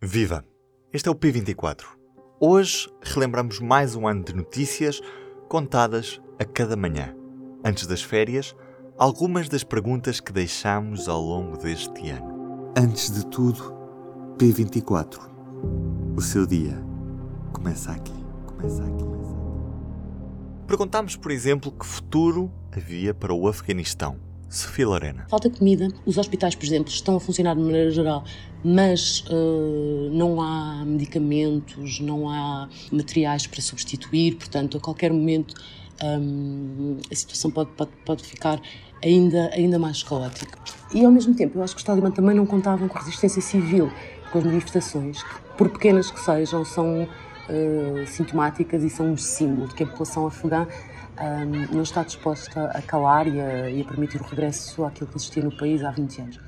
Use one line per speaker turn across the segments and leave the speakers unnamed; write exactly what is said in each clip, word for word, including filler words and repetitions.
Viva! Este é o P vinte e quatro. Hoje relembramos mais um ano de notícias contadas a cada manhã. Antes das férias, algumas das perguntas que deixámos ao longo deste ano. Antes de tudo, P vinte e quatro. O seu dia começa aqui. Começa aqui. Começa aqui. Perguntámos, por exemplo, que futuro havia para o Afeganistão. Sofia Lorena.
Falta comida. Os hospitais, por exemplo, estão a funcionar de maneira geral, mas uh, não há medicamentos, não há materiais para substituir, portanto, a qualquer momento um, a situação pode, pode, pode ficar ainda, ainda mais caótica. E, ao mesmo tempo, eu acho que os talibãs também não contavam com a resistência civil, com as manifestações, que, por pequenas que sejam, são uh, sintomáticas e são um símbolo de que a população afegã Um, não está disposta a calar e a, e a permitir o regresso àquilo que existia no país há vinte anos.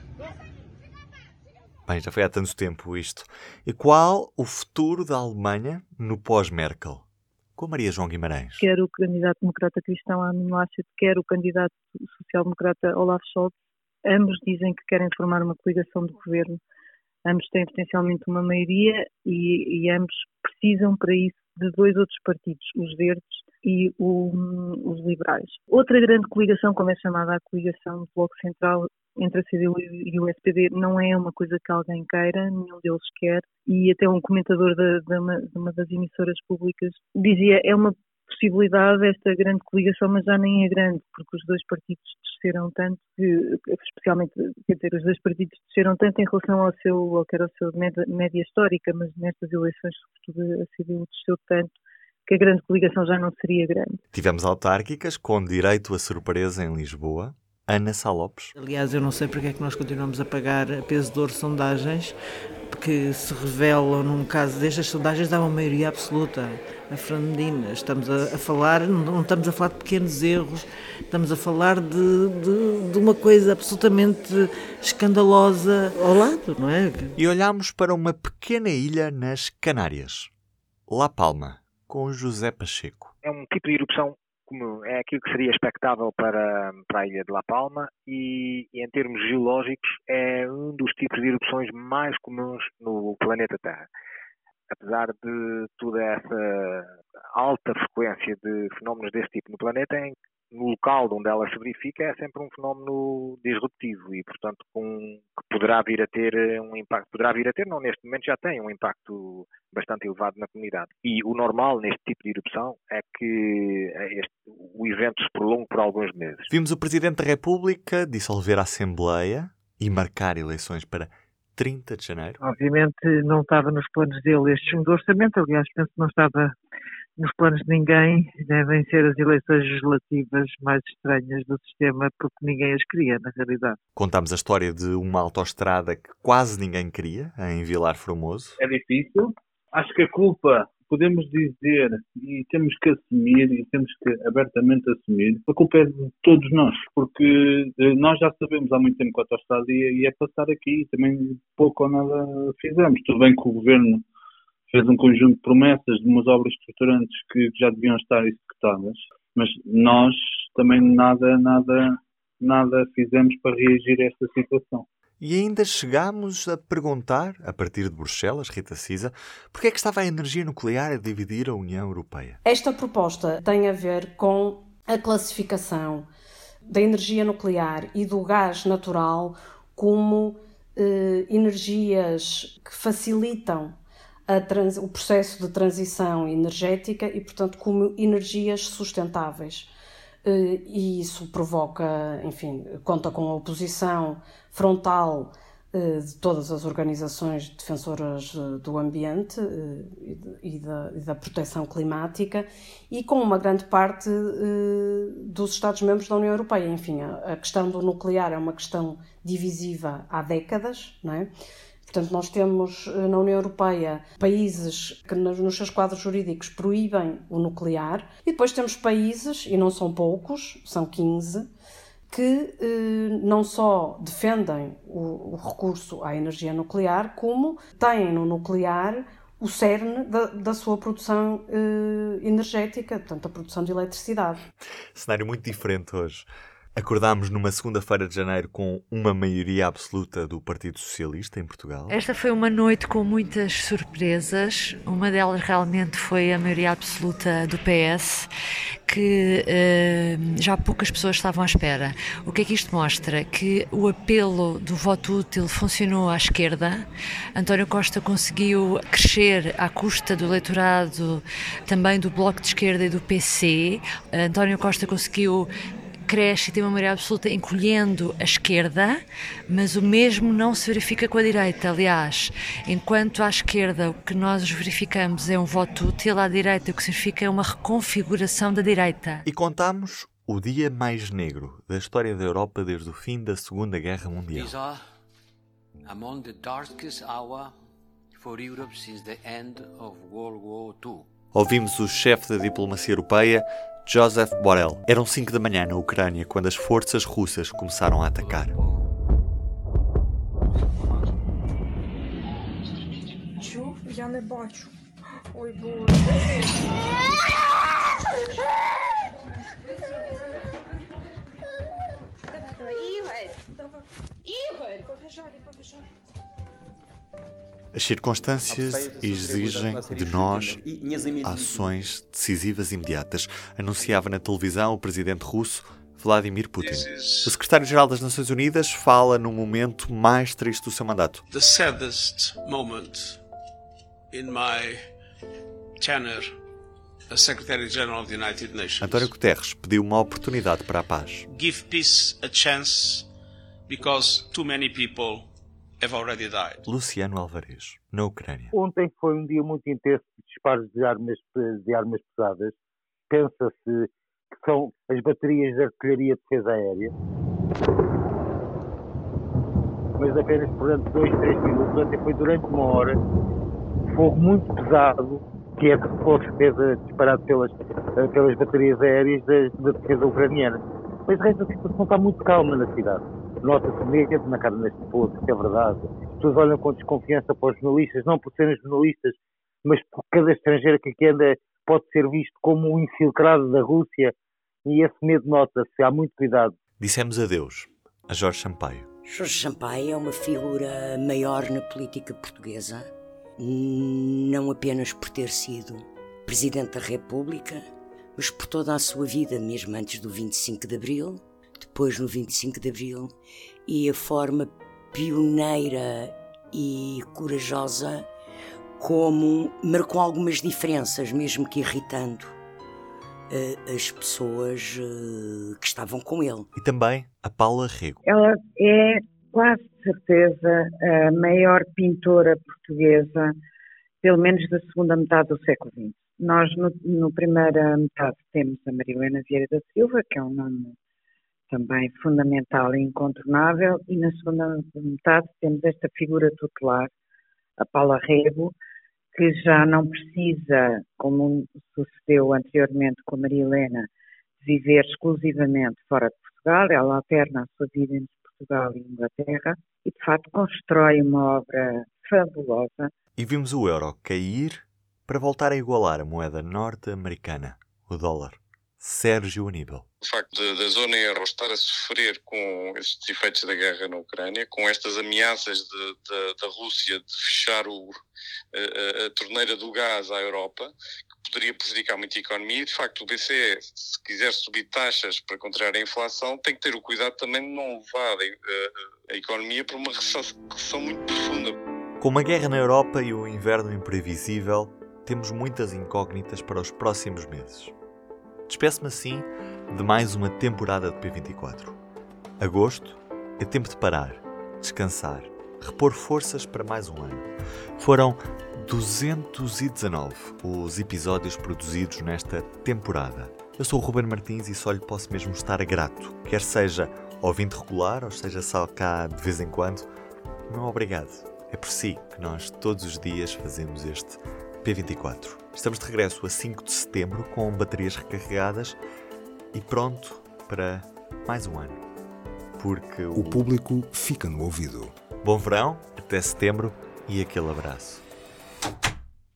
Bem, já foi há tanto tempo isto. E qual o futuro da Alemanha no pós-Merkel? Com a Maria João Guimarães.
Quer o candidato democrata cristão Armin Laschet, quer o candidato social-democrata Olaf Scholz, ambos dizem que querem formar uma coligação de governo. Ambos têm potencialmente uma maioria e, e ambos precisam para isso de dois outros partidos, os Verdes e o, os Liberais. Outra grande coligação, como é chamada a coligação do Bloco Central entre a C D U e o S P D, não é uma coisa que alguém queira, nenhum deles quer, e até um comentador de, de, uma, de uma das emissoras públicas dizia é uma possibilidade esta grande coligação, mas já nem é grande, porque os dois partidos desceram tanto, que, especialmente, quer dizer, os dois partidos desceram tanto em relação ao seu, ao que era a sua média, média histórica, mas nestas eleições, sobretudo, a C D U desceu tanto que a grande coligação já não seria grande.
Tivemos autárquicas com direito a surpresa em Lisboa. Ana Sá Lopes.
Aliás, eu não sei porque é que nós continuamos a pagar a peso de ouro sondagens, porque se revelam, num caso destas, sondagens davam maioria absoluta. A Fernandina, estamos a, a falar, não estamos a falar de pequenos erros, estamos a falar de, de, de uma coisa absolutamente escandalosa ao lado, não é?
E olhámos para uma pequena ilha nas Canárias, La Palma, com José Pacheco.
É um tipo de erupção como é aquilo que seria expectável para, para a ilha de La Palma e, e, em termos geológicos, é um dos tipos de erupções mais comuns no planeta Terra. Apesar de toda essa alta frequência de fenómenos desse tipo no planeta, em, no local onde ela se verifica é sempre um fenómeno disruptivo e, portanto, com, que poderá vir a ter um impacto, poderá vir a ter, não neste momento já tem um impacto bastante elevado na comunidade. E o normal neste tipo de erupção é que este, o evento se prolongue por alguns meses.
Vimos o Presidente da República dissolver a Assembleia e marcar eleições para trinta de janeiro.
Obviamente não estava nos planos dele este segundo orçamento, aliás, penso que não estava nos planos de ninguém. Devem ser as eleições legislativas mais estranhas do sistema, porque ninguém as queria, na realidade.
Contámos a história de uma autoestrada que quase ninguém queria, em Vilar Formoso.
É difícil. Acho que a culpa, podemos dizer, e temos que assumir, e temos que abertamente assumir, a culpa é de todos nós, porque nós já sabemos há muito tempo que a autoestrada ia, ia passar aqui e também pouco ou nada fizemos. Tudo bem que o Governo fez um conjunto de promessas de umas obras estruturantes que já deviam estar executadas, mas nós também nada, nada, nada fizemos para reagir a esta situação.
E ainda chegámos a perguntar, a partir de Bruxelas, Rita Cisa, porque é que estava a energia nuclear a dividir a União Europeia?
Esta proposta tem a ver com a classificação da energia nuclear e do gás natural como eh, energias que facilitam a trans, o processo de transição energética e, portanto, como energias sustentáveis. E isso provoca, enfim, conta com a oposição frontal de todas as organizações defensoras do ambiente e da, e da proteção climática e com uma grande parte dos Estados-membros da União Europeia. Enfim, a questão do nuclear é uma questão divisiva há décadas, não é? Portanto, nós temos na União Europeia países que nos seus quadros jurídicos proíbem o nuclear e depois temos países, e não são poucos, são quinze, que eh, não só defendem o, o recurso à energia nuclear, como têm no nuclear o cerne da, da sua produção eh, energética, portanto, a produção de eletricidade.
Cenário muito diferente hoje. Acordámos numa segunda-feira de janeiro com uma maioria absoluta do Partido Socialista em Portugal.
Esta foi uma noite com muitas surpresas. Uma delas realmente foi a maioria absoluta do P S, que uh, já poucas pessoas estavam à espera. O que é que isto mostra? Que o apelo do voto útil funcionou à esquerda. António Costa conseguiu crescer à custa do eleitorado também do Bloco de Esquerda e do P C. António Costa conseguiu cresce e tem uma maioria absoluta encolhendo a esquerda, mas o mesmo não se verifica com a direita. Aliás, enquanto à esquerda o que nós verificamos é um voto útil, à direita o que significa é uma reconfiguração da direita.
E contamos o dia mais negro da história da Europa desde o fim da Segunda Guerra Mundial.
These are among the darkest hour for Europe since the end of World War Two.
Ouvimos o chefe da diplomacia europeia, Joseph Borrell. Eram cinco da manhã na Ucrânia quando as forças russas começaram a atacar. As circunstâncias exigem de nós ações decisivas e imediatas, anunciava na televisão o presidente russo Vladimir Putin. O secretário-geral das Nações Unidas fala no momento mais triste do seu mandato.
The saddest moment in my tenure as Secretary-General of the United Nations.
António Guterres pediu uma oportunidade para a paz.
Give peace a chance because too many people have already died.
Luciano Alvarez, na Ucrânia.
Ontem foi um dia muito intenso de disparos de armas, de armas pesadas. Pensa-se que são as baterias de artilharia de defesa aérea. Mas apenas durante dois, três minutos, ontem foi durante uma hora, fogo muito pesado, que é de fogo defesa disparado pelas, pelas baterias aéreas da, da defesa ucraniana. Mas de resto a situação está muito calma na cidade. Nota-se mesmo na cara das pessoas, que é verdade. As pessoas olham com desconfiança para os jornalistas, não por serem jornalistas, mas por cada estrangeiro que aqui anda pode ser visto como um infiltrado da Rússia, e esse medo nota-se, há muito cuidado.
Dissemos adeus a Jorge Sampaio.
Jorge Sampaio é uma figura maior na política portuguesa, não apenas por ter sido Presidente da República, mas por toda a sua vida, mesmo antes do vinte e cinco de Abril, depois no vinte e cinco de Abril, e a forma pioneira e corajosa como marcou algumas diferenças, mesmo que irritando uh, as pessoas uh, que estavam com ele.
E também a Paula Rego.
Ela é quase de certeza a maior pintora portuguesa, pelo menos da segunda metade do século vinte. Nós, no, no primeira metade, temos a Maria Helena Vieira da Silva, que é um nome também fundamental e incontornável, e na segunda metade temos esta figura tutelar, a Paula Rego, que já não precisa, como sucedeu anteriormente com a Maria Helena, de viver exclusivamente fora de Portugal. Ela alterna a sua vida entre Portugal e Inglaterra e, de facto, constrói uma obra fabulosa.
E vimos o euro cair para voltar a igualar a moeda norte-americana, o dólar. Sérgio Aníbal.
O facto da zona euro estar a sofrer com estes efeitos da guerra na Ucrânia, com estas ameaças de, de, da Rússia de fechar o, a, a torneira do gás à Europa, que poderia prejudicar muito a economia, e de facto o B C E, se quiser subir taxas para contrariar a inflação, tem que ter o cuidado também de não levar a, a, a economia para uma recessão muito profunda.
Com uma guerra na Europa e o inverno imprevisível, temos muitas incógnitas para os próximos meses. Despeço-me assim de mais uma temporada de P vinte e quatro. Agosto é tempo de parar, descansar, repor forças para mais um ano. Foram duzentos e dezanove os episódios produzidos nesta temporada. Eu sou o Ruben Martins e só lhe posso mesmo estar grato, quer seja ouvinte regular ou seja só cá de vez em quando. Não, obrigado. É por si que nós todos os dias fazemos este P vinte e quatro. Estamos de regresso a cinco de setembro com baterias recarregadas e pronto para mais um ano. Porque o...
o público fica no ouvido.
Bom verão, até setembro e aquele abraço.